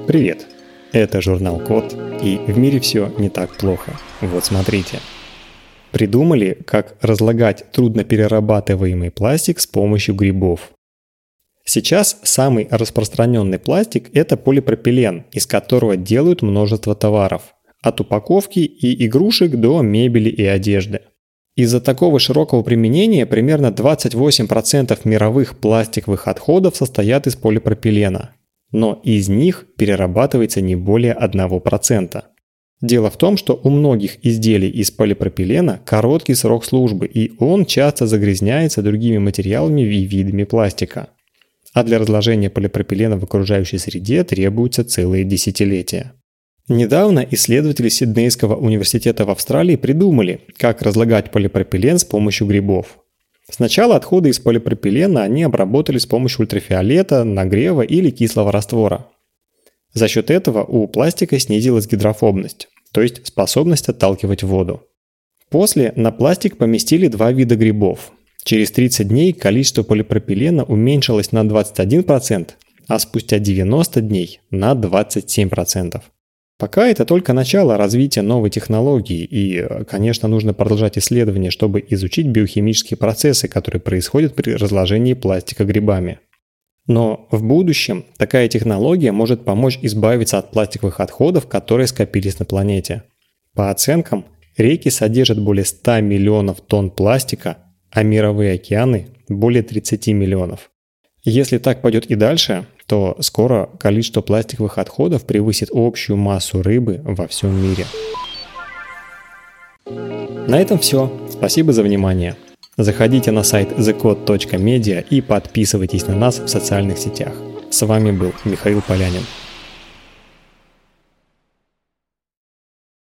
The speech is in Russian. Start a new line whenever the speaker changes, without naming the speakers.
Привет! Это журнал Код, и в мире все не так плохо. Вот смотрите. Придумали, как разлагать трудноперерабатываемый пластик с помощью грибов. Сейчас самый распространенный пластик – это полипропилен, из которого делают множество товаров. От упаковки и игрушек до мебели и одежды. Из-за такого широкого применения примерно 28% мировых пластиковых отходов состоят из полипропилена. Но из них перерабатывается не более 1%. Дело в том, что у многих изделий из полипропилена короткий срок службы, и он часто загрязняется другими материалами и видами пластика. А для разложения полипропилена в окружающей среде требуются целые десятилетия. Недавно исследователи Сиднейского университета в Австралии придумали, как разлагать полипропилен с помощью грибов. Сначала отходы из полипропилена они обработали с помощью ультрафиолета, нагрева или кислого раствора. За счет этого у пластика снизилась гидрофобность, то есть способность отталкивать воду. После на пластик поместили два вида грибов. Через 30 дней количество полипропилена уменьшилось на 21%, а спустя 90 дней на 27%. Пока это только начало развития новой технологии, и, конечно, нужно продолжать исследования, чтобы изучить биохимические процессы, которые происходят при разложении пластика грибами. Но в будущем такая технология может помочь избавиться от пластиковых отходов, которые скопились на планете. По оценкам, реки содержат более 100 миллионов тонн пластика, а мировые океаны – более 30 миллионов. Если так пойдет и дальше, то скоро количество пластиковых отходов превысит общую массу рыбы во всем мире. На этом все. Спасибо за внимание. Заходите на сайт thecode.media и подписывайтесь на нас в социальных сетях. С вами был Михаил Полянин.